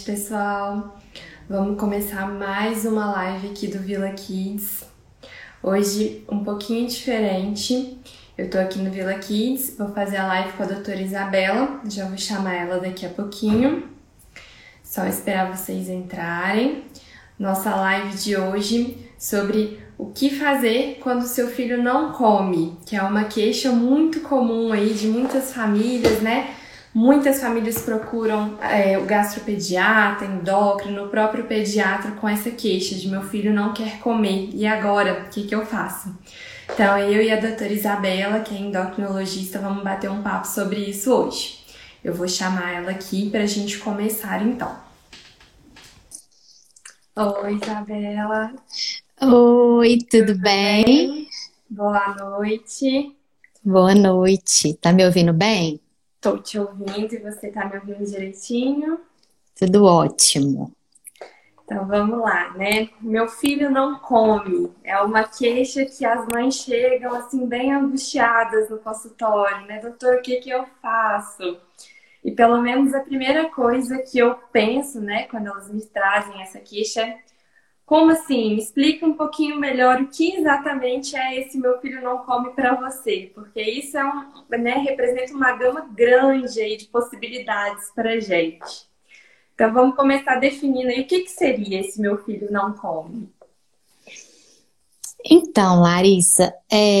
pessoal. Vamos começar mais uma live aqui do Vila Kids. Hoje, um pouquinho diferente. Eu tô aqui no Vila Kids, vou fazer a live com a doutora Isabela. Já vou chamar ela daqui a pouquinho. Só esperar vocês entrarem. Nossa live de hoje sobre o que fazer quando seu filho não come, que é uma queixa muito comum aí de muitas famílias, né? Muitas famílias procuram o gastropediatra, endócrino, o próprio pediatra com essa queixa de meu filho não quer comer. E agora, o que eu faço? Então, eu e a doutora Isabela, que é endocrinologista, vamos bater um papo sobre isso hoje. Eu vou chamar ela aqui para a gente começar, então. Oi, Isabela. Oi, tudo bem? Boa noite. Boa noite. Tá me ouvindo bem? Tô te ouvindo e você tá me ouvindo direitinho? Tudo ótimo. Então vamos lá, né? Meu filho não come. É uma queixa que as mães chegam assim bem angustiadas no consultório, né? Doutor, o que eu faço? E pelo menos a primeira coisa que eu penso, né, quando elas me trazem essa queixa é: como assim? Me explica um pouquinho melhor o que exatamente é esse meu filho não come para você, porque isso representa uma gama grande aí de possibilidades para gente. Então vamos começar definindo aí o que seria esse meu filho não come. Então, Larissa,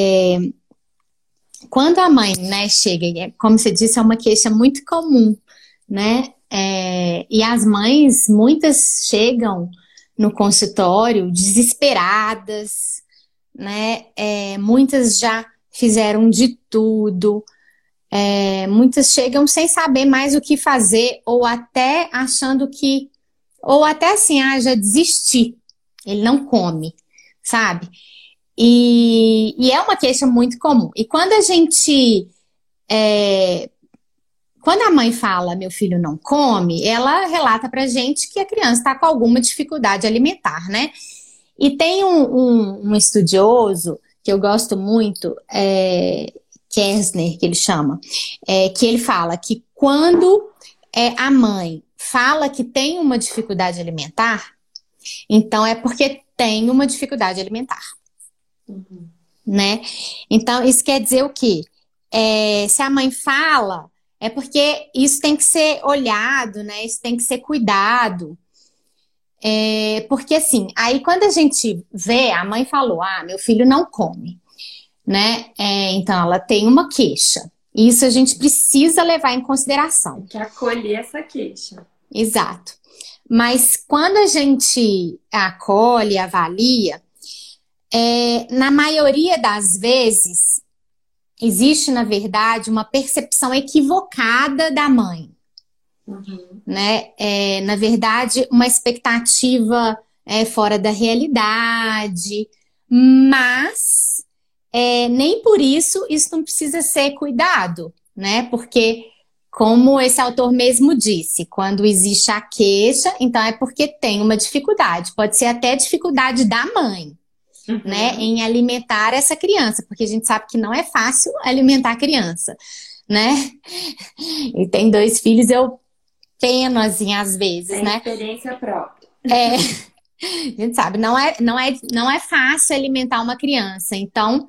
quando a mãe, né, chega, como você disse, é uma queixa muito comum, né? E as mães, muitas chegam no consultório desesperadas, né? Muitas já fizeram de tudo. Muitas chegam sem saber mais o que fazer, ou até achando que, ou até assim, já desisti, ele não come, sabe? E é uma queixa muito comum. E quando a mãe fala, meu filho não come, ela relata pra gente que a criança está com alguma dificuldade alimentar, né? E tem um estudioso que eu gosto muito, Kersner, que ele chama, que ele fala que quando a mãe fala que tem uma dificuldade alimentar, então é porque tem uma dificuldade alimentar, né? Então, isso quer dizer o quê? Se a mãe fala, é porque isso tem que ser olhado, né? Isso tem que ser cuidado. Porque assim, aí quando a gente vê, a mãe falou, meu filho não come, né? Então ela tem uma queixa. Isso a gente precisa levar em consideração. Tem que acolher essa queixa. Exato. Mas quando a gente acolhe, avalia, na maioria das vezes, existe, na verdade, uma percepção equivocada da mãe. Né? Na verdade, uma expectativa fora da realidade, mas nem por isso não precisa ser cuidado, né? Porque, como esse autor mesmo disse, quando existe a queixa, então é porque tem uma dificuldade, pode ser até dificuldade da mãe, né, em alimentar essa criança, porque a gente sabe que não é fácil alimentar a criança, né? E tem 2 filhos, eu peno, assim, às vezes, tem, né? Experiência própria. A gente sabe, não é fácil alimentar uma criança. Então,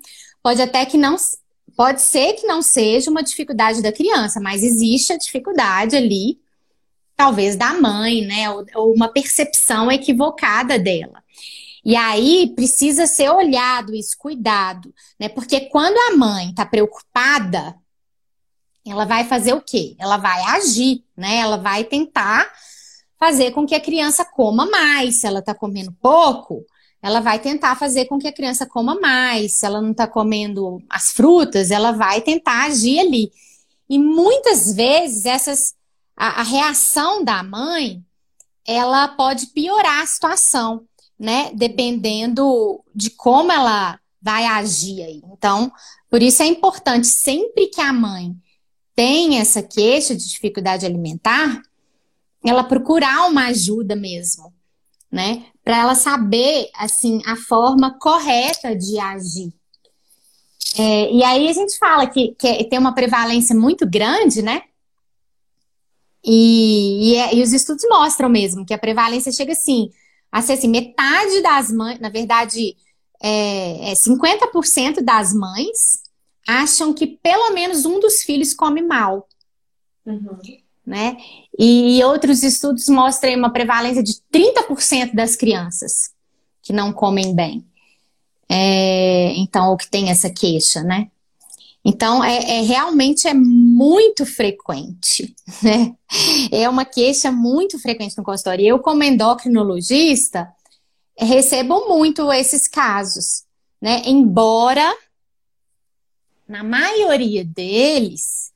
pode ser que não seja uma dificuldade da criança, mas existe a dificuldade ali, talvez da mãe, né? Ou uma percepção equivocada dela. E aí precisa ser olhado isso, cuidado, né? Porque quando a mãe está preocupada, ela vai fazer o quê? Ela vai agir, né? Ela vai tentar fazer com que a criança coma mais. Se ela está comendo pouco, ela vai tentar fazer com que a criança coma mais. Se ela não está comendo as frutas, ela vai tentar agir ali. E muitas vezes a reação da mãe, ela pode piorar a situação, né? Dependendo de como ela vai agir aí. Então, por isso é importante, sempre que a mãe tem essa queixa de dificuldade alimentar, ela procurar uma ajuda mesmo, né? Para ela saber, assim, a forma correta de agir. E aí a gente fala que tem uma prevalência muito grande, né? E os estudos mostram mesmo que a prevalência chega assim, a ser assim, metade das mães, na verdade, 50% das mães acham que pelo menos um dos filhos come mal, Uhum. né? E outros estudos mostram uma prevalência de 30% das crianças que não comem bem. Então, o que tem essa queixa, né? Então, realmente é muito frequente, né? É uma queixa muito frequente no consultório. Eu, como endocrinologista, recebo muito esses casos, né? Embora, na maioria deles,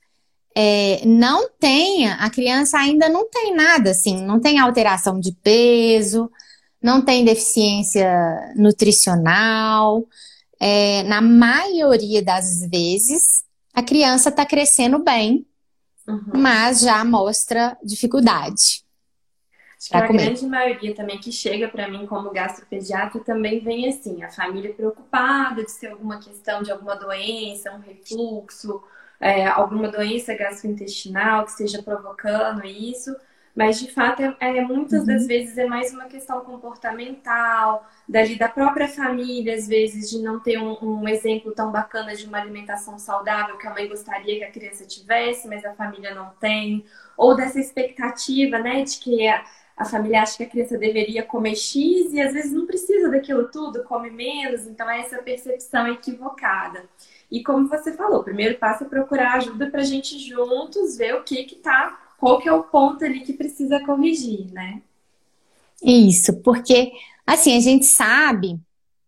não tenha, a criança ainda não tem nada assim, não tem alteração de peso, não tem deficiência nutricional. Na maioria das vezes, a criança está crescendo bem, Uhum. mas já mostra dificuldade Acho que para a comer. grande maioria também que chega para mim como gastropediatra também vem assim, a família preocupada de ter alguma questão de alguma doença, um refluxo, alguma doença gastrointestinal que esteja provocando isso, mas de fato muitas das Uhum. vezes é mais uma questão comportamental, dali da própria família, às vezes de não ter um exemplo tão bacana de uma alimentação saudável que a mãe gostaria que a criança tivesse, mas a família não tem, ou dessa expectativa, né, de que a família acha que a criança deveria comer X e às vezes não precisa daquilo tudo, come menos, então é essa percepção equivocada. E como você falou, o primeiro passo é procurar ajuda para a gente juntos ver o que tá, qual que é o ponto ali que precisa corrigir, né? Isso, porque assim, a gente sabe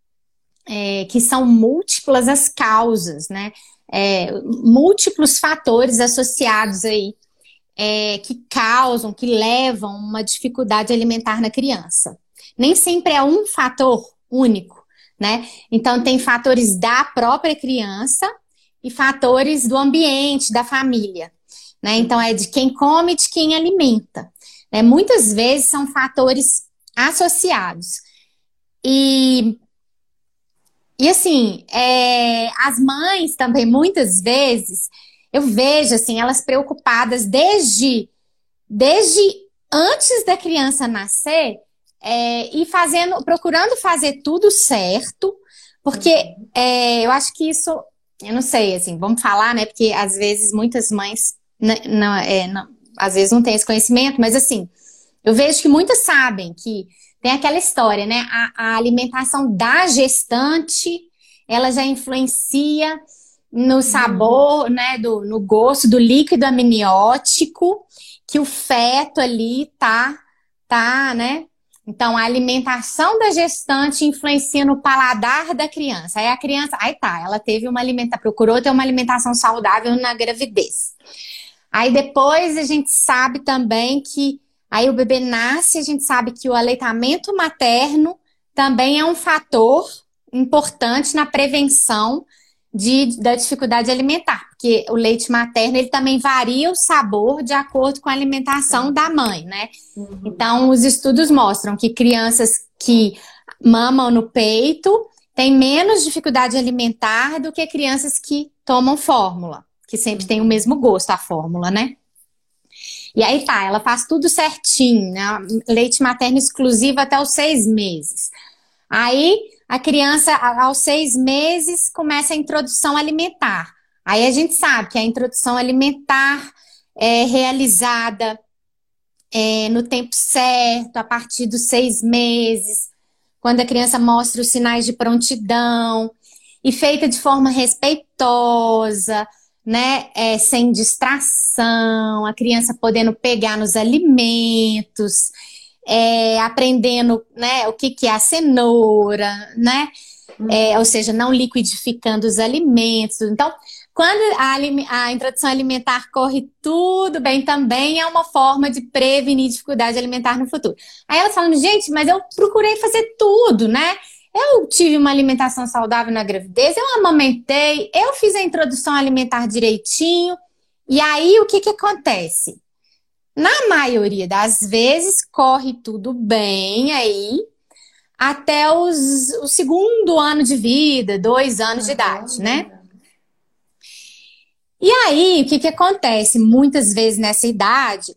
que são múltiplas as causas, né? Múltiplos fatores associados aí que causam, que levam uma dificuldade alimentar na criança. Nem sempre é um fator único, né? Então, tem fatores da própria criança e fatores do ambiente, da família, né? Então, é de quem come e de quem alimenta. Né? Muitas vezes são fatores associados. E assim, as mães também, muitas vezes, eu vejo assim, elas preocupadas desde antes da criança nascer, e procurando fazer tudo certo, porque eu acho que isso, eu não sei, assim, vamos falar, né? Porque às vezes muitas mães às vezes não têm esse conhecimento, mas assim, eu vejo que muitas sabem que tem aquela história, né? A alimentação da gestante, ela já influencia no sabor, né? No gosto do líquido amniótico que o feto ali né? Então, a alimentação da gestante influencia no paladar da criança. Aí a criança, ela teve procurou ter uma alimentação saudável na gravidez. Aí depois a gente sabe também que aí o bebê nasce, a gente sabe que o aleitamento materno também é um fator importante na prevenção da dificuldade alimentar, porque o leite materno ele também varia o sabor de acordo com a alimentação da mãe, né? Então, os estudos mostram que crianças que mamam no peito têm menos dificuldade alimentar do que crianças que tomam fórmula, que sempre tem o mesmo gosto, a fórmula, né? E aí ela faz tudo certinho, né? Leite materno exclusivo até os 6 meses. Aí a criança, aos 6 meses, começa a introdução alimentar. Aí a gente sabe que a introdução alimentar é realizada no tempo certo, a partir dos 6 meses, quando a criança mostra os sinais de prontidão, e feita de forma respeitosa, né? Sem distração, a criança podendo pegar nos alimentos, aprendendo, né, o que é a cenoura, né? Ou seja, não liquidificando os alimentos. Então, quando a introdução alimentar corre tudo bem, também é uma forma de prevenir dificuldade alimentar no futuro. Aí elas falam, gente, mas eu procurei fazer tudo, né? Eu tive uma alimentação saudável na gravidez, eu amamentei, eu fiz a introdução alimentar direitinho. E aí, o que acontece? Na maioria das vezes, corre tudo bem aí, até o segundo ano de vida, 2 anos de idade, né? E aí, o que acontece? Muitas vezes nessa idade,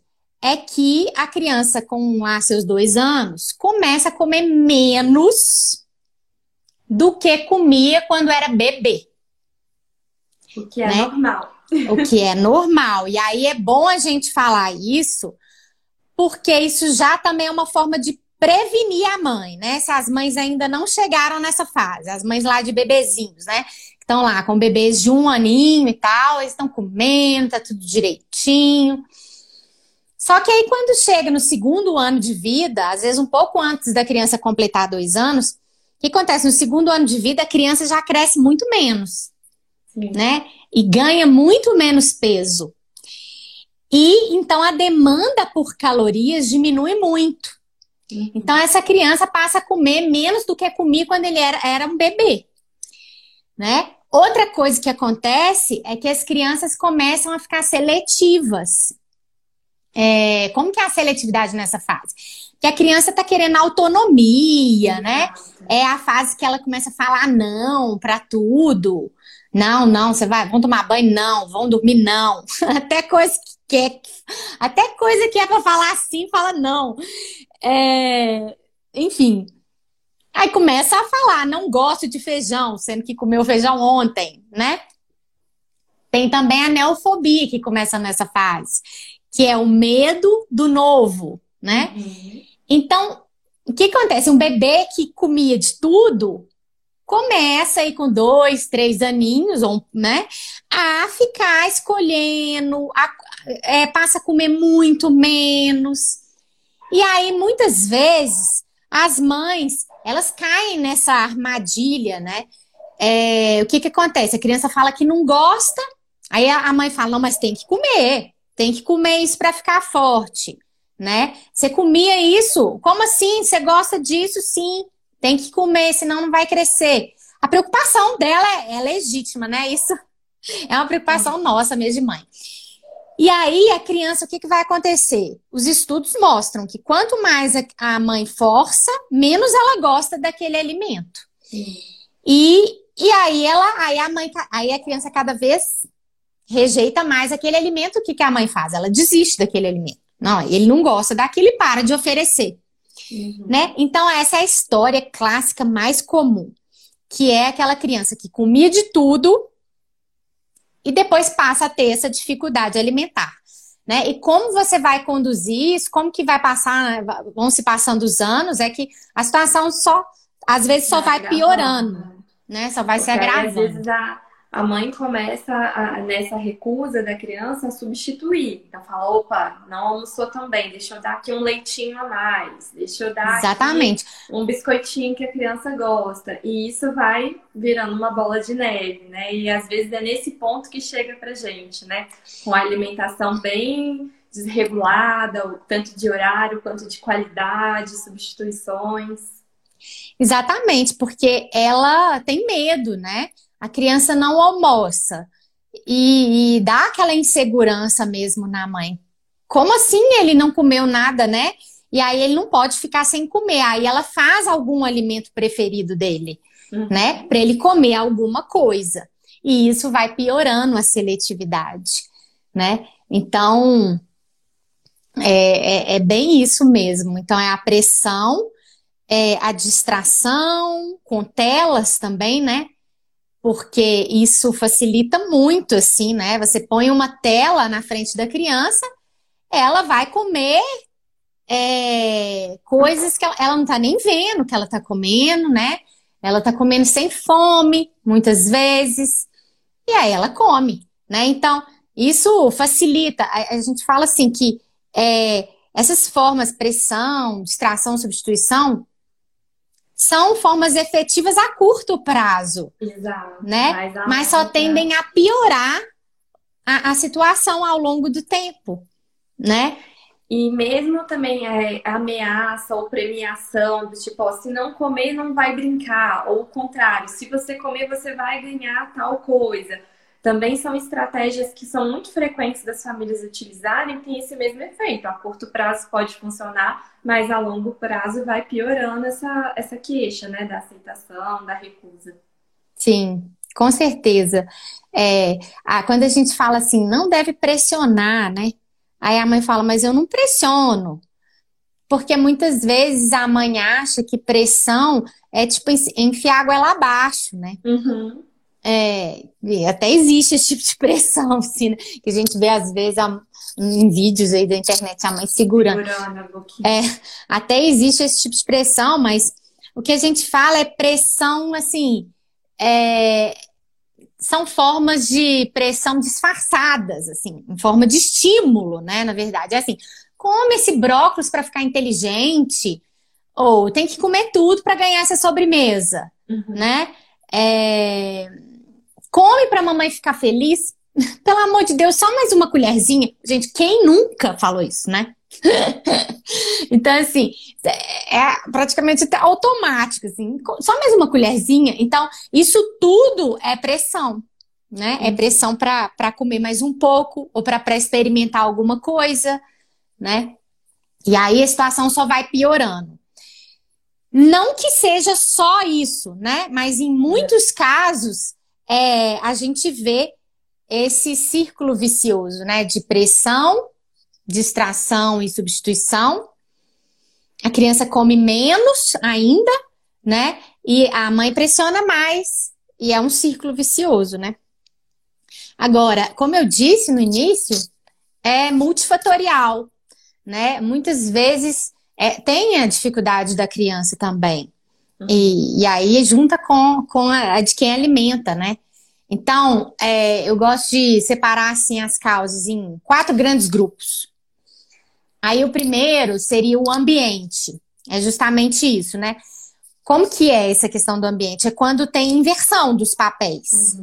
é que a criança com lá seus 2 anos começa a comer menos do que comia quando era bebê, O que é né? normal. O que é normal. E aí é bom a gente falar isso, porque isso já também é uma forma de prevenir a mãe, né? Se as mães ainda não chegaram nessa fase, as mães lá de bebezinhos, né? Estão lá com bebês de 1 aninho e tal, eles estão comendo, tá tudo direitinho. Só que aí quando chega no segundo ano de vida, às vezes um pouco antes da criança completar 2 anos, o que acontece? No segundo ano de vida, a criança já cresce muito menos, Sim. né? E ganha muito menos peso. E então a demanda por calorias diminui muito. Então essa criança passa a comer menos do que comia quando ele era um bebê, né? Outra coisa que acontece é que as crianças começam a ficar seletivas. Como que é a seletividade nessa fase? Que a criança está querendo autonomia, né? É a fase que ela começa a falar não para tudo. Não, não, vão tomar banho, não, vão dormir, não. Até coisa que é para falar assim, fala não. Enfim. Aí começa a falar, não gosto de feijão, sendo que comeu feijão ontem, né? Tem também a neofobia que começa nessa fase, que é o medo do novo, né? Então, o que acontece? Um bebê que comia de tudo começa aí com 2, 3 aninhos, né? A ficar escolhendo, passa a comer muito menos. E aí, muitas vezes, as mães, elas caem nessa armadilha, né? O que acontece? A criança fala que não gosta, aí a mãe fala, não, mas tem que comer isso para ficar forte, né? Você comia isso? Como assim? Você gosta disso? Sim, tem que comer, senão não vai crescer. A preocupação dela é legítima, né? Isso é uma preocupação nossa mesmo de mãe. E aí, a criança, o que vai acontecer? Os estudos mostram que quanto mais a mãe força, menos ela gosta daquele alimento. E aí a criança cada vez rejeita mais aquele alimento. O que a mãe faz? Ela desiste daquele alimento. Não, ele não gosta daquilo e para de oferecer. Né? Então, essa é a história clássica mais comum, que é aquela criança que comia de tudo e depois passa a ter essa dificuldade alimentar, né? E como você vai conduzir isso, como que vai passar, vão se passando os anos, é que a situação às vezes só vai piorando, né? Só vai se agravando. Às vezes a mãe começa nessa recusa da criança a substituir. Então fala, opa, não almoçou tão bem, deixa eu dar aqui um leitinho a mais, deixa eu dar Exatamente. aqui um biscoitinho que a criança gosta. E isso vai virando uma bola de neve, né? E às vezes é nesse ponto que chega pra gente, né? Com a alimentação bem desregulada, tanto de horário quanto de qualidade, substituições. Exatamente, porque ela tem medo, né? A criança não almoça e dá aquela insegurança mesmo na mãe. Como assim ele não comeu nada, né? E aí ele não pode ficar sem comer. Aí ela faz algum alimento preferido dele, né? Para ele comer alguma coisa. E isso vai piorando a seletividade, né? Então, é bem isso mesmo. Então, é a pressão, a distração, com telas também, né? Porque isso facilita muito, assim, né? Você põe uma tela na frente da criança, ela vai comer coisas que ela não tá nem vendo que ela tá comendo, né? Ela tá comendo sem fome, muitas vezes, e aí ela come, né? Então, isso facilita. A gente fala assim que essas formas, pressão, distração, substituição, são formas efetivas a curto prazo. Exato. Né? Mas só tendem a piorar a situação ao longo do tempo, né? E mesmo também ameaça ou premiação, do tipo, ó, se não comer, não vai brincar. Ou o contrário, se você comer, você vai ganhar tal coisa. Também são estratégias que são muito frequentes das famílias utilizarem, tem esse mesmo efeito. A curto prazo pode funcionar, mas a longo prazo vai piorando essa queixa, né? Da aceitação, da recusa. Sim, com certeza. Quando a gente fala assim, não deve pressionar, né, Aí a mãe fala, mas eu não pressiono. Porque muitas vezes a mãe acha que pressão é tipo enfiar água lá abaixo, né? Uhum. E até existe esse tipo de pressão, assim, né? Que a gente vê às vezes em vídeos aí da internet a mãe segurando. Segurando a boquinha. Até existe esse tipo de pressão, mas o que a gente fala é pressão, assim, são formas de pressão disfarçadas, assim, em forma de estímulo, né? Na verdade, é assim, come esse brócolis para ficar inteligente, ou tem que comer tudo para ganhar essa sobremesa, Uhum. né? Come para a mamãe ficar feliz. Pelo amor de Deus, só mais uma colherzinha. Gente, quem nunca falou isso, né? Então, assim, é praticamente automático, assim, só mais uma colherzinha. Então, isso tudo é pressão, né? É pressão para comer mais um pouco ou para experimentar alguma coisa, né? E aí a situação só vai piorando. Não que seja só isso, né? Mas em muitos casos, a gente vê esse círculo vicioso, né? De pressão, distração e substituição. A criança come menos ainda, né? E a mãe pressiona mais. E é um círculo vicioso, né? Agora, como eu disse no início, é multifatorial, né? Muitas vezes tem a dificuldade da criança também. E aí junta com a de quem alimenta, né? Então, eu gosto de separar assim as causas em 4 grandes grupos. Aí o primeiro seria o ambiente. É justamente isso, né? Como que é essa questão do ambiente? É quando tem inversão dos papéis.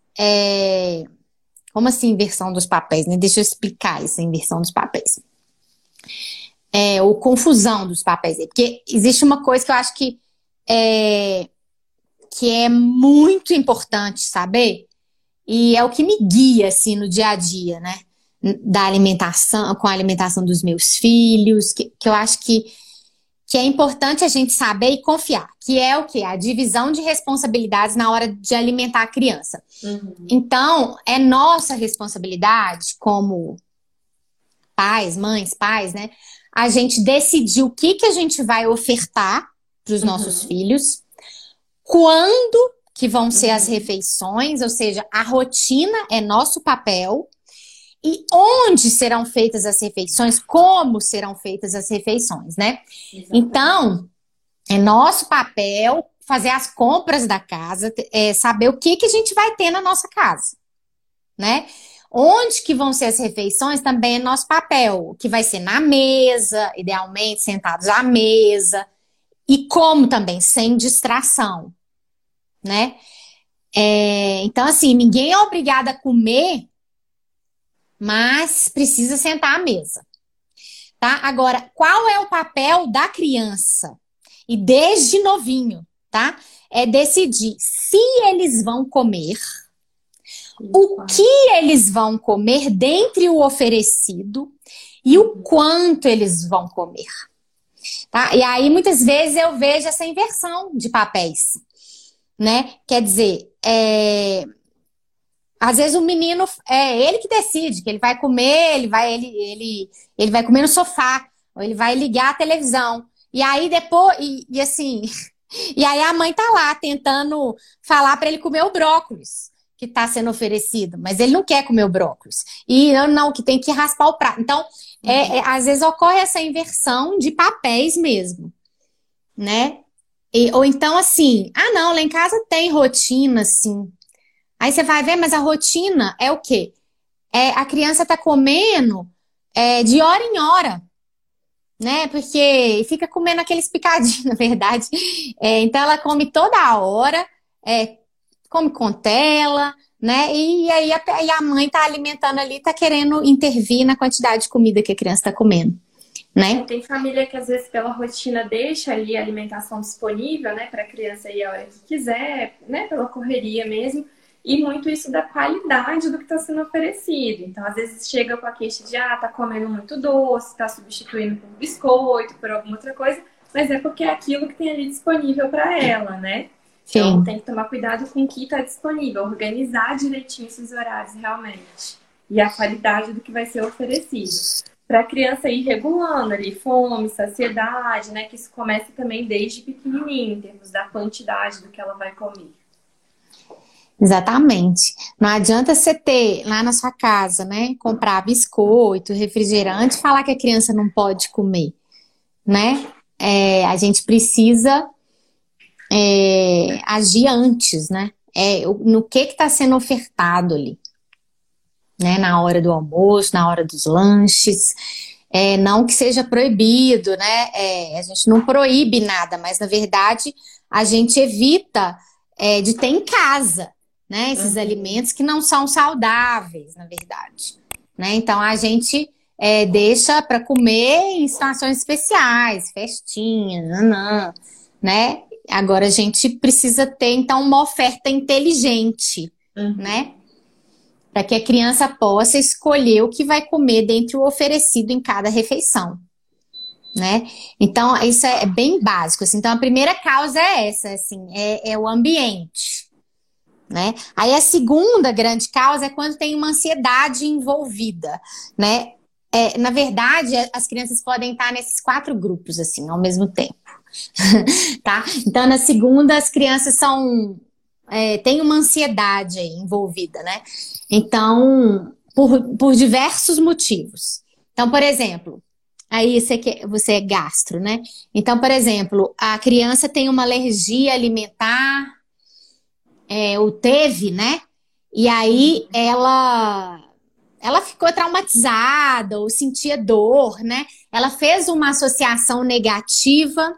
Como assim inversão dos papéis, né? Deixa eu explicar essa inversão dos papéis. Ou confusão dos papéis. Porque existe uma coisa que eu acho que é muito importante saber, e é o que me guia, assim, no dia a dia, né? Da alimentação, com a alimentação dos meus filhos, que eu acho que é importante a gente saber e confiar, que é o quê? A divisão de responsabilidades na hora de alimentar a criança. Então, é nossa responsabilidade como pais, mães, pais, né? A gente decidir o que a gente vai ofertar para os nossos filhos, quando que vão ser as refeições, ou seja, a rotina é nosso papel, e onde serão feitas as refeições, como serão feitas as refeições, né? Exatamente. Então, é nosso papel fazer as compras da casa, saber o que a gente vai ter na nossa casa, né? Onde que vão ser as refeições também é nosso papel, o que vai ser na mesa, idealmente sentados à mesa, e como também, sem distração, né? Então, assim, ninguém é obrigado a comer, mas precisa sentar à mesa, tá? Agora, qual é o papel da criança? E desde novinho, tá? É decidir se eles vão comer, o que eles vão comer dentre o oferecido e o quanto eles vão comer, tá? E aí, muitas vezes, eu vejo essa inversão de papéis, né? Quer dizer, às vezes o menino ele que decide que ele vai comer, ele vai comer no sofá, ou ele vai ligar a televisão. E aí depois, e assim, e aí a mãe tá lá tentando falar para ele comer o brócolis que tá sendo oferecido, mas ele não quer comer o brócolis. E não, que tem que raspar o prato. Então, às vezes ocorre essa inversão de papéis mesmo, né? Ou então assim, não, lá em casa tem rotina, assim. Aí você vai ver, mas a rotina é o quê? A criança tá comendo de hora em hora, né? Porque fica comendo aqueles picadinhos, na verdade. Então ela come toda hora, come com tela, né? E aí a mãe tá alimentando ali, tá querendo intervir na quantidade de comida que a criança tá comendo, né? Tem família que às vezes pela rotina deixa ali a alimentação disponível, né, para a criança ir a hora que quiser, né, pela correria mesmo. E muito isso da qualidade do que está sendo oferecido. Então, às vezes chega com a queixa de tá comendo muito doce, tá substituindo por biscoito, por alguma outra coisa, mas é porque é aquilo que tem ali disponível para ela, né? Sim. Então, tem que tomar cuidado com o que está disponível, organizar direitinho esses horários realmente. E a qualidade do que vai ser oferecido. para a criança ir regulando ali fome, saciedade, né? Que isso começa também desde pequenininho, em termos da quantidade do que ela vai comer. Exatamente. Não adianta você ter lá na sua casa, né, comprar biscoito, refrigerante, e falar que a criança não pode comer, né? A gente precisa agir antes, né? No que está sendo ofertado ali, né? Na hora do almoço, na hora dos lanches. Não que seja proibido, né? A gente não proíbe nada, mas na verdade a gente evita de ter em casa, né? Esses alimentos que não são saudáveis, na verdade, né? Então a gente deixa para comer em situações especiais, festinha, nanã, né? Agora a gente precisa ter então uma oferta inteligente, né? Para que a criança possa escolher o que vai comer dentre o oferecido em cada refeição, né? Então, isso é bem básico, assim. Então, a primeira causa é essa, assim, é o ambiente, né? Aí a segunda grande causa é quando tem uma ansiedade envolvida, né? Na verdade, as crianças podem estar nesses 4 grupos, assim, ao mesmo tempo, tá? Então, na segunda, as crianças têm uma ansiedade aí envolvida, né? Então, por diversos motivos. Então, por exemplo, aí você é gastro, né? Então, por exemplo, a criança tem uma alergia alimentar, ou teve, né? E aí ela ficou traumatizada ou sentia dor, né? Ela fez uma associação negativa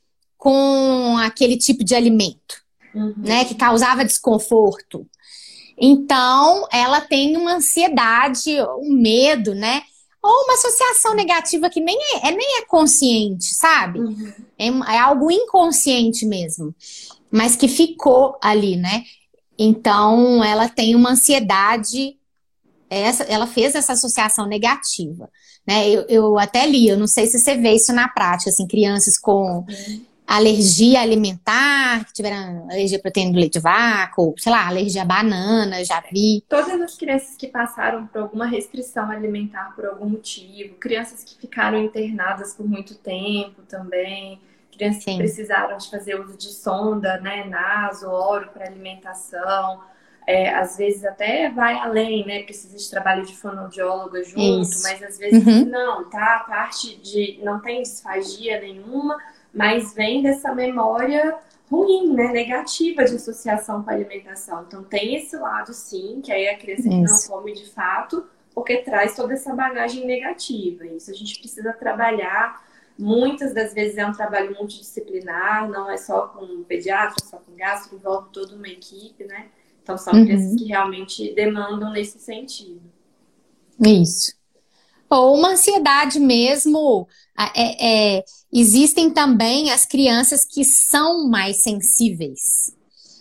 com aquele tipo de alimento, né? Que causava desconforto. Então, ela tem uma ansiedade, um medo, né? Ou uma associação negativa que nem é consciente, sabe? É algo inconsciente mesmo, mas que ficou ali, né? Então, ela tem uma ansiedade, ela fez essa associação negativa, né? Eu até li, eu não sei se você vê isso na prática, assim, crianças com alergia alimentar, que tiveram alergia à proteína do leite de vaca, ou, sei lá, alergia à banana, já vi. Todas as crianças que passaram por alguma restrição alimentar por algum motivo, crianças que ficaram internadas por muito tempo também, crianças que precisaram de fazer uso de sonda, né, naso, oro para alimentação, às vezes até vai além, né, precisa de trabalho de fonoaudióloga junto, mas às vezes não, tá? A parte de não tem disfagia nenhuma, mas vem dessa memória ruim, né, negativa de associação com a alimentação. Então tem esse lado sim, que aí a criança que não come de fato, porque traz toda essa bagagem negativa. Isso a gente precisa trabalhar. Muitas das vezes é um trabalho multidisciplinar, não é só com um pediatra, só com gastro, envolve toda uma equipe, né? Então são crianças que realmente demandam nesse sentido. Isso. Ou uma ansiedade mesmo. Existem também as crianças que são mais sensíveis.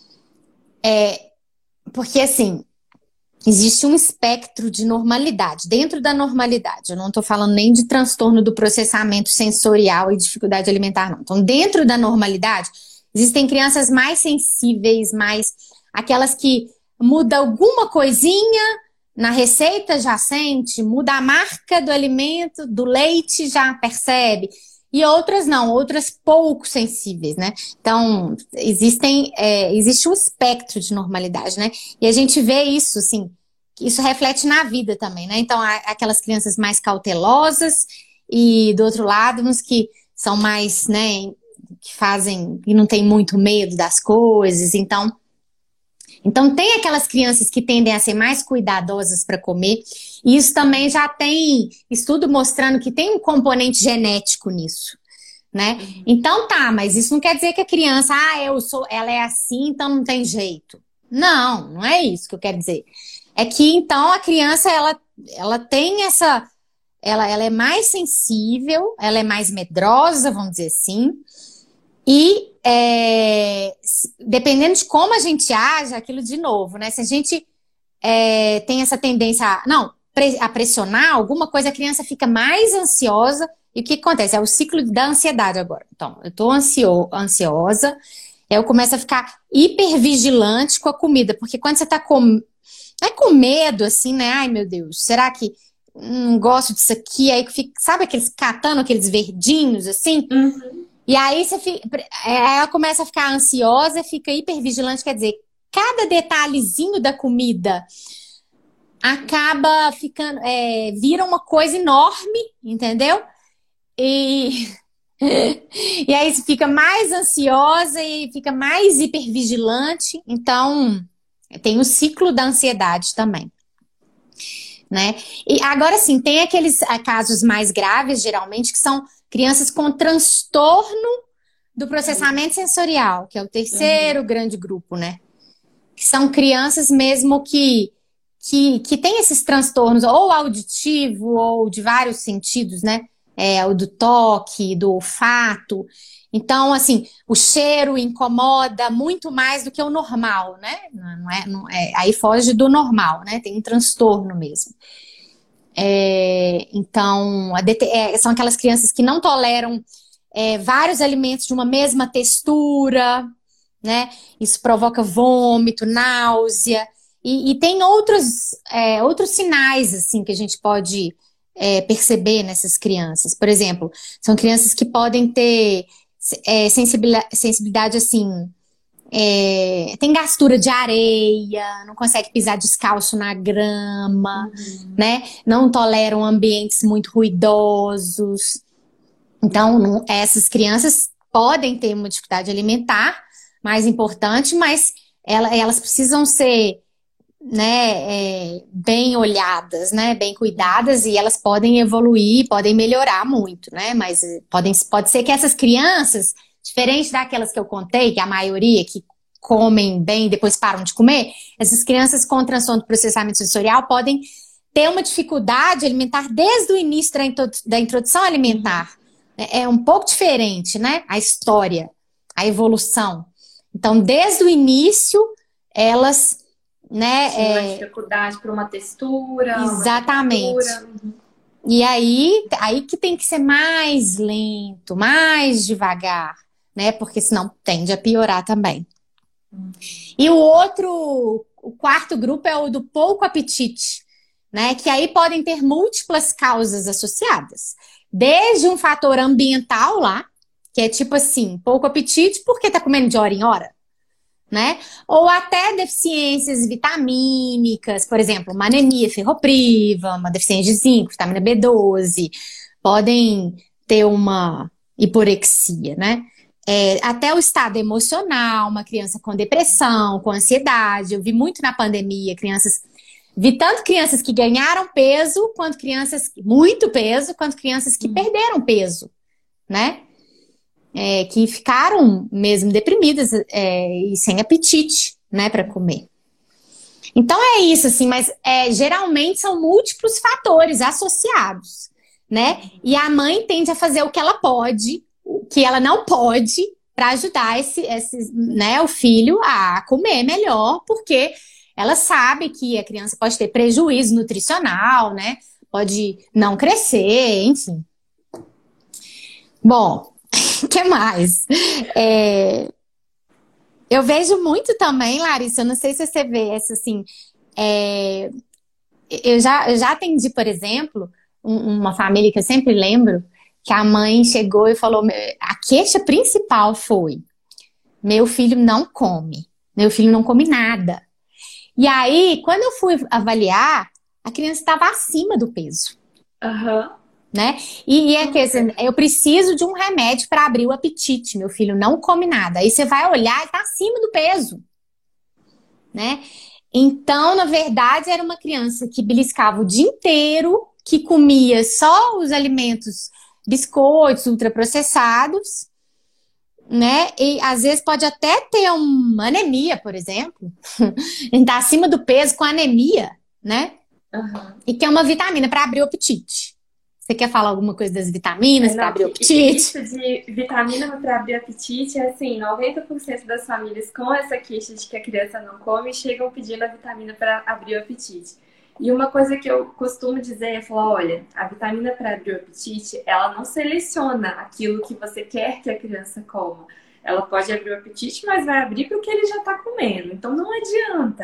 Porque, assim, existe um espectro de normalidade. Dentro da normalidade, eu não estou falando nem de transtorno do processamento sensorial e dificuldade alimentar, não. Então, dentro da normalidade, existem crianças mais sensíveis, mais aquelas que muda alguma coisinha na receita, já sente, muda a marca do alimento, do leite, já percebe. E outras não, outras pouco sensíveis, né? Então, existe um espectro de normalidade, né? E a gente vê isso, assim, isso reflete na vida também, né? Então, há aquelas crianças mais cautelosas e, do outro lado, uns que são mais, né, que não tem muito medo das coisas. Então, tem aquelas crianças que tendem a ser mais cuidadosas para comer, e isso também já tem estudo mostrando que tem um componente genético nisso, né? Então tá, mas isso não quer dizer que a criança, ela é assim, então não tem jeito. Não é isso que eu quero dizer. É que então a criança, ela tem ela é mais sensível, ela é mais medrosa, vamos dizer assim, e dependendo de como a gente age, aquilo de novo, né? Se a gente tem essa tendência a pressionar alguma coisa, a criança fica mais ansiosa. E o que acontece? É o ciclo da ansiedade agora. Então, eu tô ansiosa, eu começo a ficar hipervigilante com a comida, porque quando você tá com medo, assim, né? Ai, meu Deus, será que não gosto disso aqui, aí fica, sabe aqueles catando aqueles verdinhos assim? Uhum. E aí ela começa a ficar ansiosa, fica hipervigilante, quer dizer, cada detalhezinho da comida acaba ficando, vira uma coisa enorme, entendeu? E, e aí você fica mais ansiosa e fica mais hipervigilante. Então, tem o ciclo da ansiedade também, né? E agora sim, tem aqueles casos mais graves, geralmente, que são crianças com transtorno do processamento sensorial, que é o terceiro grande grupo, né? Que são crianças mesmo que têm esses transtornos, ou auditivo, ou de vários sentidos, né? O do toque, do olfato. Então, assim, o cheiro incomoda muito mais do que o normal, né? Aí foge do normal, né? Tem um transtorno mesmo. Então, são aquelas crianças que não toleram vários alimentos de uma mesma textura, né? Isso provoca vômito, náusea. E tem outros sinais, assim, que a gente pode perceber nessas crianças. Por exemplo, são crianças que podem ter sensibilidade, assim, tem gastura de areia, não consegue pisar descalço na grama, né? Não toleram ambientes muito ruidosos. Então, essas crianças podem ter uma dificuldade alimentar mais importante, mas elas precisam ser, né, bem olhadas, né, bem cuidadas, e elas podem evoluir, podem melhorar muito, né? Mas pode ser que essas crianças, diferente daquelas que eu contei, que a maioria que comem bem e depois param de comer, essas crianças com transtorno do processamento sensorial podem ter uma dificuldade alimentar desde o início da introdução alimentar. É um pouco diferente, né? A história, a evolução. Então, desde o início, elas, né? Uma dificuldade para uma textura. Exatamente. Uma textura. E aí que tem que ser mais lento, mais devagar, né? Porque senão tende a piorar também. E o quarto grupo é o do pouco apetite, né? Que aí podem ter múltiplas causas associadas. Desde um fator ambiental lá, que é tipo assim, pouco apetite porque tá comendo de hora em hora, né? Ou até deficiências vitamínicas, por exemplo, uma anemia ferropriva, uma deficiência de zinco, vitamina B12, podem ter uma hiporexia, né? Até o estado emocional, uma criança com depressão, com ansiedade. Eu vi muito na pandemia, vi tanto crianças que ganharam peso, quanto crianças, muito peso, quanto crianças que perderam peso, né? Que ficaram mesmo deprimidas e sem apetite, né, para comer. Então é isso, assim, mas geralmente são múltiplos fatores associados, né? E a mãe tende a fazer o que ela pode, o que ela não pode, para ajudar né, o filho a comer melhor, porque ela sabe que a criança pode ter prejuízo nutricional, né? Pode não crescer, enfim. Bom, o que mais? Eu vejo muito também, Larissa, eu não sei se você vê essa, assim, eu já atendi, por exemplo, uma família que eu sempre lembro, que a mãe chegou e falou, a queixa principal foi, meu filho não come nada. E aí, quando eu fui avaliar, a criança estava acima do peso. Né? E eu preciso de um remédio para abrir o apetite. Meu filho não come nada. Aí você vai olhar e está acima do peso, né? Então, na verdade, era uma criança que beliscava o dia inteiro, que comia só os alimentos, biscoitos, ultraprocessados, né? E às vezes pode até ter uma anemia, por exemplo. Está acima do peso com anemia, né? E que é uma vitamina para abrir o apetite. Você quer falar alguma coisa das vitaminas para abrir o apetite? Isso de vitamina para abrir o apetite é assim, 90% das famílias com essa queixa de que a criança não come chegam pedindo a vitamina para abrir o apetite. E uma coisa que eu costumo dizer é falar, olha, a vitamina para abrir o apetite, ela não seleciona aquilo que você quer que a criança coma. Ela pode abrir o apetite, mas vai abrir para o que ele já está comendo. Então não adianta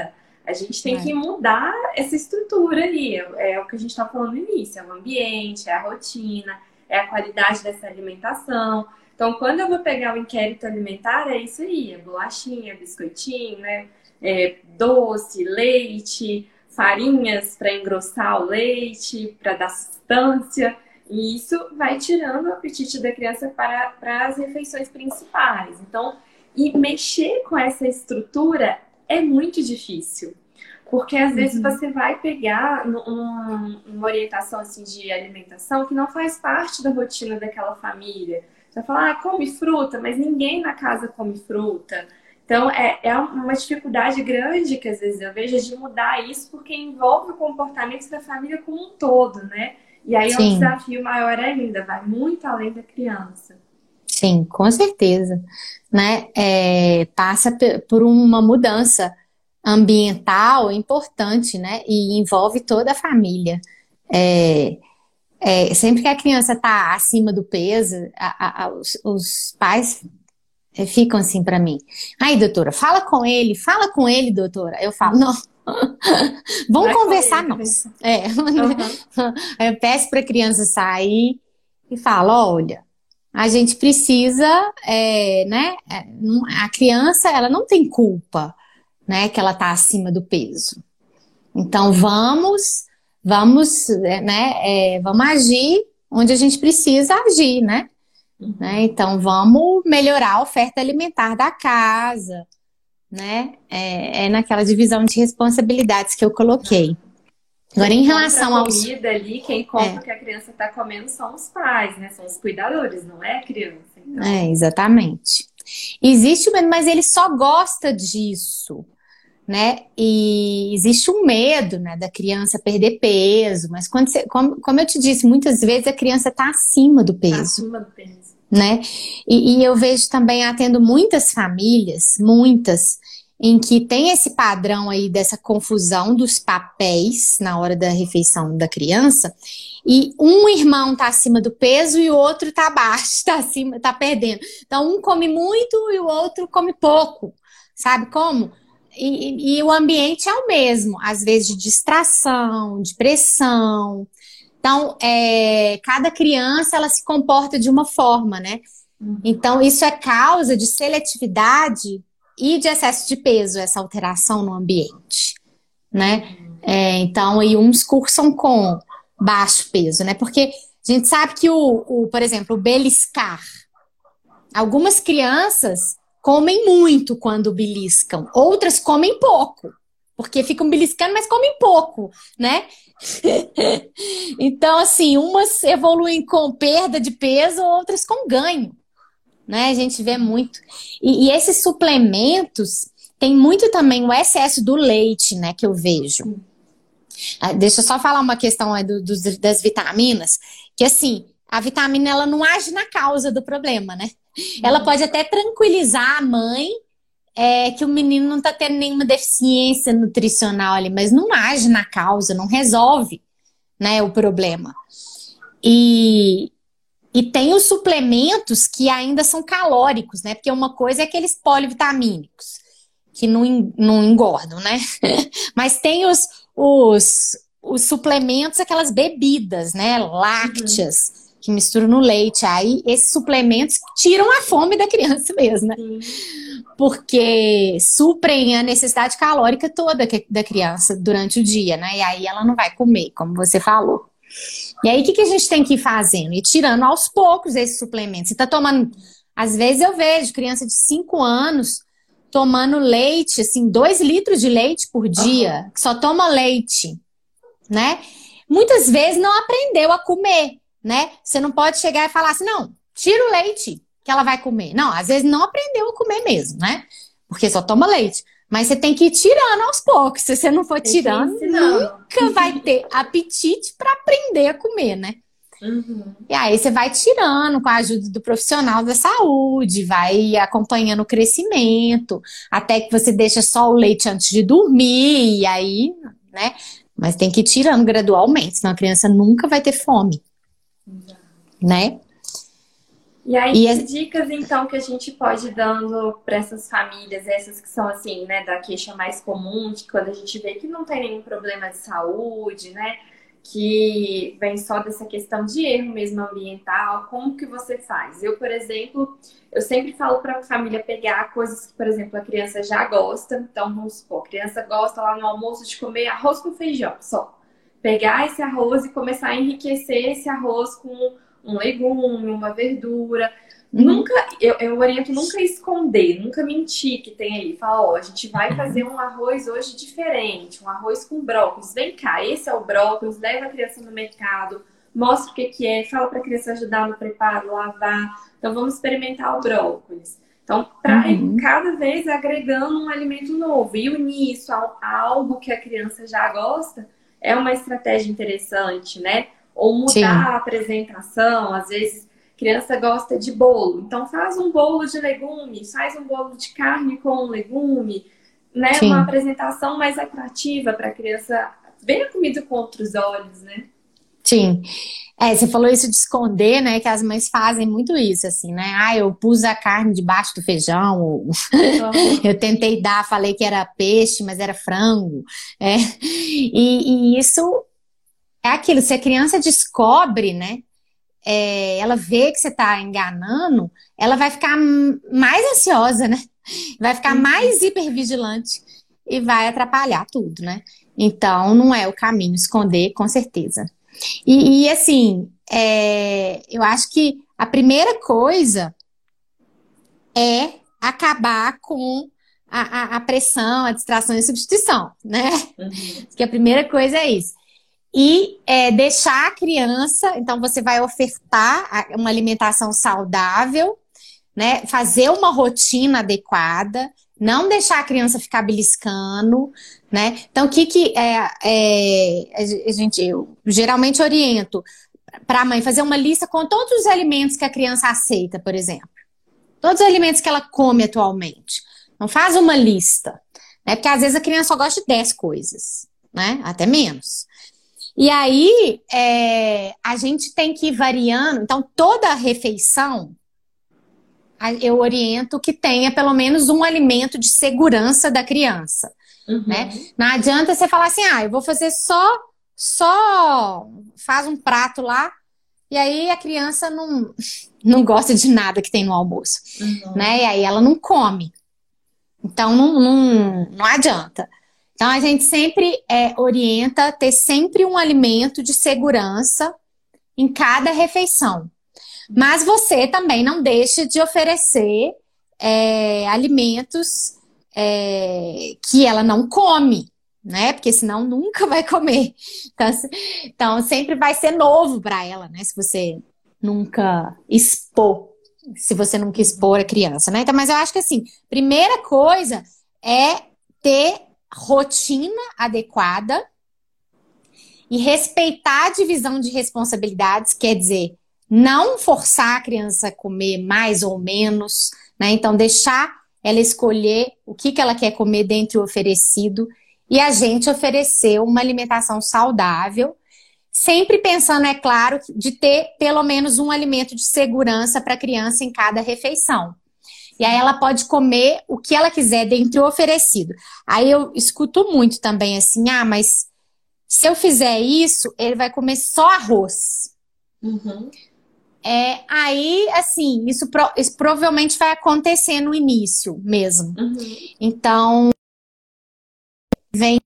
A gente tem que mudar essa estrutura ali. É o que a gente está falando no início. É o ambiente, é a rotina, é a qualidade dessa alimentação. Então, quando eu vou pegar o inquérito alimentar, é isso aí. É bolachinha, biscoitinho, né? Doce, leite, farinhas para engrossar o leite, para dar sustância. E isso vai tirando o apetite da criança para as refeições principais. Então, e mexer com essa estrutura é muito difícil. Porque às vezes você vai pegar uma orientação assim, de alimentação que não faz parte da rotina daquela família. Você vai falar, come fruta, mas ninguém na casa come fruta. Então é uma dificuldade grande que às vezes eu vejo de mudar isso, porque envolve o comportamento da família como um todo, né? E aí é um desafio maior ainda, vai muito além da criança. Sim, com certeza, né? Passa por uma mudança ambiental importante, né? E envolve toda a família. Sempre que a criança está acima do peso, os pais ficam assim para mim. Aí, doutora, fala com ele, doutora. Eu falo, não. Vamos conversar, não. Eu peço para a criança sair e falo, olha, a gente precisa, né? A criança, ela não tem culpa, né? Que ela está acima do peso. Então vamos, né? Vamos agir onde a gente precisa agir, né? Então vamos melhorar a oferta alimentar da casa, né? Naquela divisão de responsabilidades que eu coloquei. Agora, em relação aos... comida ali, quem compra o que a criança está comendo são os pais, né? São os cuidadores, não é a criança. Então... exatamente. Existe, mas ele só gosta disso, né? E existe um medo, né, da criança perder peso, mas quando como eu te disse, muitas vezes a criança está acima do peso. Acima do peso. Né? E eu vejo também, atendo muitas famílias, em que tem esse padrão aí dessa confusão dos papéis na hora da refeição da criança, e um irmão está acima do peso e o outro está abaixo, está perdendo. Então um come muito e o outro come pouco, sabe como? E o ambiente é o mesmo, às vezes de distração, de pressão. Então, cada criança, ela se comporta de uma forma, né? Então, isso é causa de seletividade e de excesso de peso, essa alteração no ambiente, né? Então, e uns cursam com baixo peso, né? Porque a gente sabe que, por exemplo, o beliscar. Algumas crianças comem muito quando beliscam, outras comem pouco, porque ficam beliscando, mas comem pouco, né? Então, assim, umas evoluem com perda de peso, outras com ganho, né? A gente vê muito. E esses suplementos, tem muito também o excesso do leite, né, que eu vejo. Deixa eu só falar uma questão aí das vitaminas, que assim, a vitamina, ela não age na causa do problema, né? Ela pode até tranquilizar a mãe, que o menino não está tendo nenhuma deficiência nutricional ali, mas não age na causa, não resolve, né, o problema. E tem os suplementos que ainda são calóricos, né? Porque uma coisa é aqueles polivitamínicos, que não engordam, né? Mas tem os suplementos, aquelas bebidas, né, lácteas, que misturam no leite. Aí esses suplementos tiram a fome da criança mesmo, né? Porque suprem a necessidade calórica toda da criança durante o dia, né? E aí ela não vai comer, como você falou. E aí o que a gente tem que ir fazendo? Ir tirando aos poucos esses suplementos. Você tá tomando... Às vezes eu vejo criança de 5 anos tomando leite, assim, 2 litros de leite por dia, que só toma leite, né? Muitas vezes não aprendeu a comer, né? Você não pode chegar e falar assim, não, tira o leite que ela vai comer. Não, às vezes não aprendeu a comer mesmo, né? Porque só toma leite. Mas você tem que ir tirando aos poucos. Se você não for tirando, nunca vai ter apetite para aprender a comer, né? E aí você vai tirando com a ajuda do profissional da saúde, vai acompanhando o crescimento, até que você deixa só o leite antes de dormir, e aí, né? Mas tem que ir tirando gradualmente, senão a criança nunca vai ter fome, né? E aí, E que dicas então que a gente pode ir dando para essas famílias, essas que são assim, né, da queixa mais comum, que quando a gente vê que não tem nenhum problema de saúde, né, que vem só dessa questão de erro mesmo ambiental, como que você faz? Eu, por exemplo, eu sempre falo para a família pegar coisas que, por exemplo, a criança já gosta. Então, vamos supor, a criança gosta lá no almoço de comer arroz com feijão, só. Pegar esse arroz e começar a enriquecer esse arroz com um legume, uma verdura. uhum, Nunca, eu oriento nunca esconder, nunca mentir que tem aí. Fala, ó, a gente vai fazer um arroz hoje diferente, um arroz com brócolis. Vem cá, esse é o brócolis, leva a criança no mercado, mostra o que que é, fala para a criança ajudar no preparo, lavar. Então vamos experimentar o brócolis. Então, para ir uhum, cada vez agregando um alimento novo e unir isso a algo que a criança já gosta, é uma estratégia interessante, né? Ou mudar sim, a apresentação, às vezes criança gosta de bolo, então faz um bolo de legumes, faz um bolo de carne com legume, né? Uma sim. apresentação mais atrativa para a criança ver a comida com outros olhos, né? Sim. Você falou isso de esconder, né? Que as mães fazem muito isso, assim, né? Ah, eu pus a carne debaixo do feijão, ou Uhum. eu tentei dar, falei que era peixe, mas era frango. É. E isso é aquilo, se a criança descobre, né? Ela vê que você está enganando, ela vai ficar mais ansiosa, né? Vai ficar mais hipervigilante e vai atrapalhar tudo, né? Então, não é o caminho, esconder, com certeza. E assim, eu acho que a primeira coisa é acabar com a pressão, a distração e a substituição, né? Uhum. Acho que a primeira coisa é isso. E deixar a criança, então você vai ofertar uma alimentação saudável, né? Fazer uma rotina adequada, não deixar a criança ficar beliscando, né? Então, o a gente, eu geralmente oriento para a mãe fazer uma lista com todos os alimentos que a criança aceita, por exemplo. Todos os alimentos que ela come atualmente. Então, faz uma lista, né? Porque às vezes a criança só gosta de 10 coisas, né? Até menos. E aí, a gente tem que ir variando. Então, toda refeição, eu oriento que tenha pelo menos um alimento de segurança da criança, né? Uhum. Não adianta você falar assim, eu vou fazer só faz um prato lá, e aí a criança não gosta de nada que tem no almoço, Uhum. né? E aí ela não come. Então não adianta. Então a gente sempre orienta ter sempre um alimento de segurança em cada refeição. Mas você também não deixe de oferecer alimentos que ela não come, né? Porque senão nunca vai comer. Então sempre vai ser novo para ela, né? Se você nunca expor, se você nunca expor a criança, né? Então, mas eu acho que assim, primeira coisa é ter rotina adequada e respeitar a divisão de responsabilidades, quer dizer, não forçar a criança a comer mais ou menos, né? Então, deixar ela escolher o que ela quer comer dentro do oferecido e a gente oferecer uma alimentação saudável, sempre pensando, é claro, de ter pelo menos um alimento de segurança para a criança em cada refeição. E aí ela pode comer o que ela quiser dentro do oferecido. Aí eu escuto muito também assim, mas se eu fizer isso, ele vai comer só arroz. Uhum. Aí, assim, isso provavelmente vai acontecer no início mesmo. Uhum. Então, vem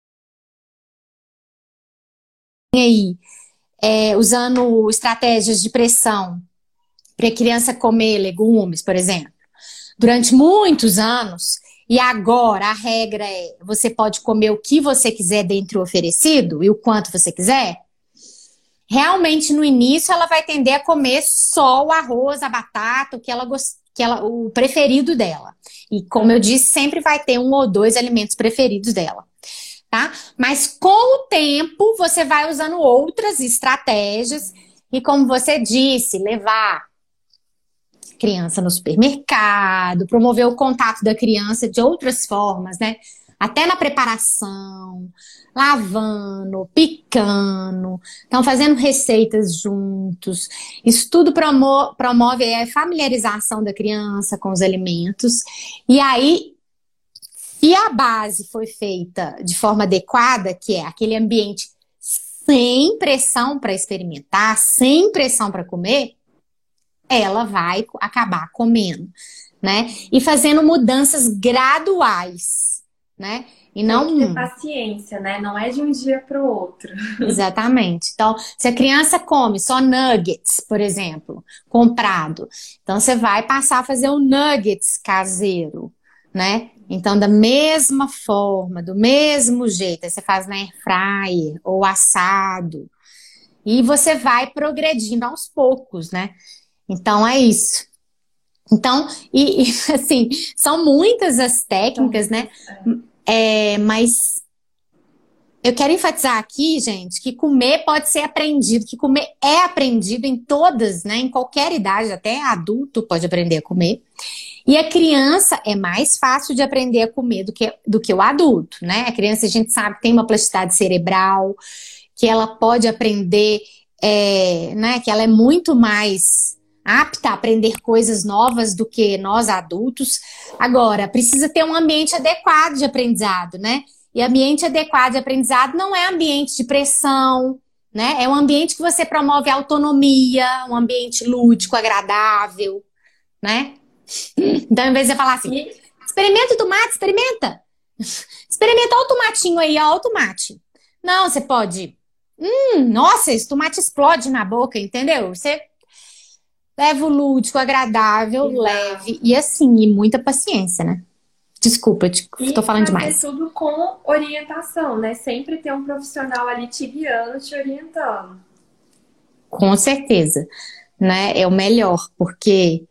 aí, usando estratégias de pressão para a criança comer legumes, por exemplo, durante muitos anos, e agora a regra é você pode comer o que você quiser dentro do oferecido e o quanto você quiser. Realmente no início ela vai tender a comer só o arroz, a batata, o preferido dela. E como eu disse, sempre vai ter um ou dois alimentos preferidos dela, tá? Mas com o tempo você vai usando outras estratégias e como você disse, levar criança no supermercado, promover o contato da criança de outras formas, né? Até na preparação, lavando, picando, estão fazendo receitas juntos. Isso tudo promove aí a familiarização da criança com os alimentos. E aí, se a base foi feita de forma adequada, que é aquele ambiente sem pressão para experimentar, sem pressão para comer, ela vai acabar comendo, né? E fazendo mudanças graduais, né? E não Tem que ter paciência, né? Não é de um dia para o outro. Exatamente. Então, se a criança come só nuggets, por exemplo, comprado, então você vai passar a fazer um nuggets caseiro, né? Então, da mesma forma, do mesmo jeito, aí você faz na air fryer ou assado, e você vai progredindo aos poucos, né? Então, é isso. Então, assim, são muitas as técnicas, né? Mas eu quero enfatizar aqui, gente, que comer pode ser aprendido, que comer é aprendido em todas, né? Em qualquer idade, até adulto pode aprender a comer. E a criança é mais fácil de aprender a comer do que o adulto, né? A criança, a gente sabe, tem uma plasticidade cerebral, que ela pode aprender, né? Que ela é muito mais apta a aprender coisas novas do que nós adultos. Agora, precisa ter um ambiente adequado de aprendizado, né? E ambiente adequado de aprendizado não é ambiente de pressão, né? É um ambiente que você promove autonomia, um ambiente lúdico, agradável, né? Então, em vez de você falar assim, experimenta o tomate, experimenta. Experimenta o tomatinho aí, ó, o tomate. Não, você pode... nossa, esse tomate explode na boca, entendeu? Você leva o lúdico, agradável, leve e assim, e muita paciência, né? Desculpa, tô falando demais. E fazer tudo com orientação, né? Sempre ter um profissional ali te guiando, te orientando. Com certeza, né? É o melhor, porque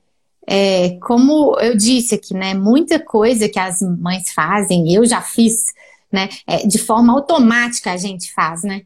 como eu disse aqui, né? Muita coisa que as mães fazem, eu já fiz, né? De forma automática a gente faz, né?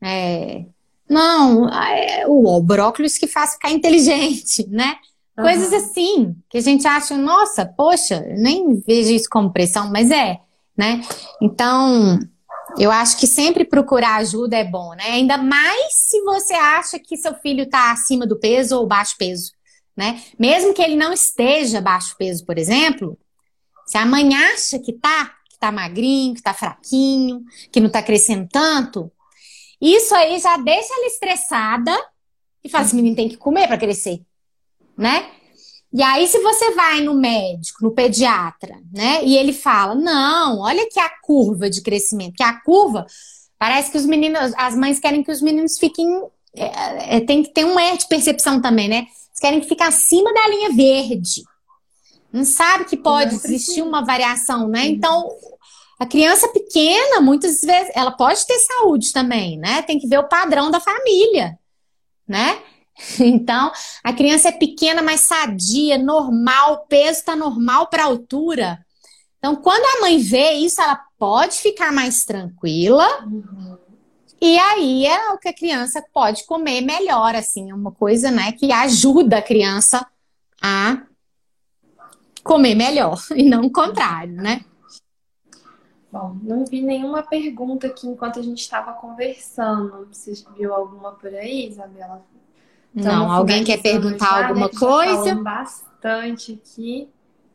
Não, o brócolis que faz ficar inteligente, né? Coisas assim, que a gente acha, nossa, poxa, eu nem vejo isso como pressão, mas né? Então, eu acho que sempre procurar ajuda é bom, né? Ainda mais se você acha que seu filho está acima do peso ou baixo peso, né? Mesmo que ele não esteja baixo peso, por exemplo, se a mãe acha que tá magrinho, que tá fraquinho, que não tá crescendo tanto, isso aí já deixa ela estressada e fala, esse menino tem que comer para crescer, né? E aí, se você vai no médico, no pediatra, né? E ele fala, não, olha aqui a curva de crescimento, que a curva parece que os meninos, as mães querem que os meninos fiquem, tem que ter um erro de percepção também, né? Eles querem que fique acima da linha verde. Não sabe que pode existir uma variação, né? Então, a criança pequena, muitas vezes, ela pode ter saúde também, né? Tem que ver o padrão da família, né? Então, a criança é pequena, mas sadia, normal, o peso está normal para a altura. Então, quando a mãe vê isso, ela pode ficar mais tranquila. E aí é o que a criança pode comer melhor, assim, uma coisa, né, que ajuda a criança a comer melhor e não o contrário, né? Bom, não vi nenhuma pergunta aqui enquanto a gente estava conversando. Você viu alguma por aí, Isabela? Não, alguém quer perguntar alguma coisa? Falando bastante aqui.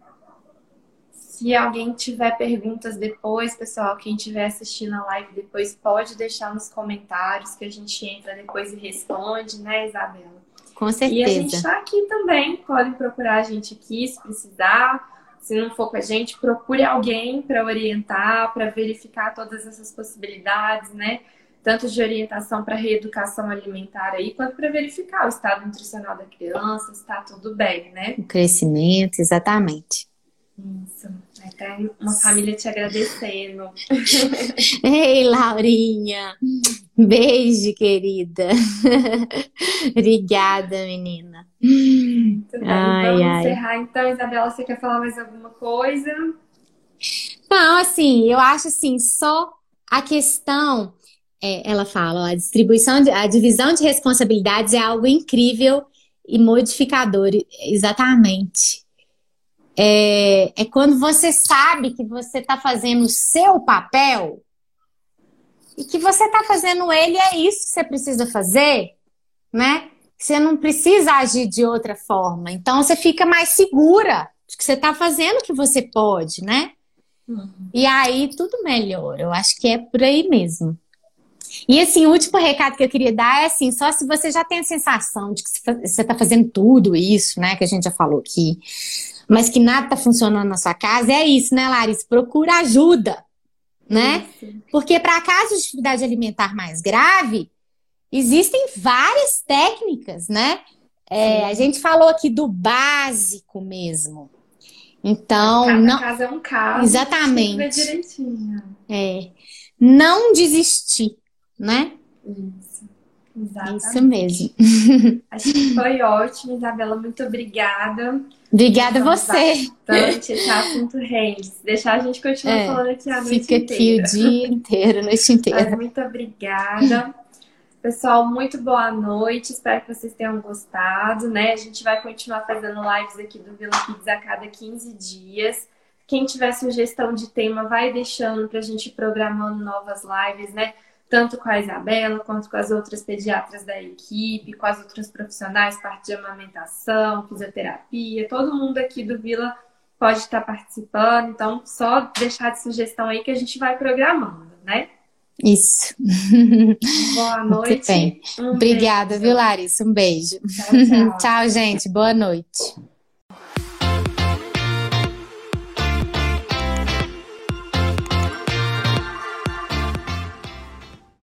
Se alguém tiver perguntas depois, pessoal, quem estiver assistindo a live depois, pode deixar nos comentários que a gente entra depois e responde, né, Isabela? Com certeza. E a gente está aqui também, podem procurar a gente aqui se precisar. Se não for com a gente, procure alguém para orientar, para verificar todas essas possibilidades, né? Tanto de orientação para reeducação alimentar aí, quanto para verificar o estado nutricional da criança, se está tudo bem, né? O crescimento, exatamente. Isso. Tem uma família te agradecendo. Ei, Laurinha! Beijo, querida. Obrigada, menina. Muito bem. Vamos encerrar então. Isabela, você quer falar mais alguma coisa? Não, assim, eu acho assim, só a questão... ela fala, a divisão de responsabilidades é algo incrível e modificador. Exatamente. é quando você sabe que você está fazendo o seu papel e que você está fazendo ele, é isso que você precisa fazer, né? Você não precisa agir de outra forma. Então você fica mais segura de que você está fazendo o que você pode, né? E aí tudo melhora. Eu acho que é por aí mesmo. E assim, o último recado que eu queria dar é assim, só se você já tem a sensação de que você está fazendo tudo isso, né, que a gente já falou aqui, mas que nada está funcionando na sua casa, é isso, né, Larissa? Procura ajuda, né? Isso. Porque para casos de dificuldade alimentar mais grave, existem várias técnicas, né? A gente falou aqui do básico mesmo. Então, Cada não... caso é um caso. Exatamente. Tem que ver direitinho. Não desistir, né? Isso. Exatamente. Isso mesmo. Acho que foi ótimo, Isabela. Muito obrigada. Obrigada a você. Bastante. Esse assunto rende. Se deixar, a gente continua falando aqui a noite Fica inteira. aqui o dia inteiro, a noite inteira. Mas muito obrigada. Pessoal, muito boa noite. Espero que vocês tenham gostado, né? A gente vai continuar fazendo lives aqui do Vila Kids a cada 15 dias. Quem tiver sugestão de tema, vai deixando pra gente ir programando novas lives, né? Tanto com a Isabela, quanto com as outras pediatras da equipe, com as outras profissionais, parte de amamentação, fisioterapia. Todo mundo aqui do Vila pode estar participando. Então, só deixar de sugestão aí que a gente vai programando, né? Isso. Boa noite. Muito bem. Obrigada, viu, Larissa? Um beijo. Tchau, tchau. Tchau, gente. Boa noite.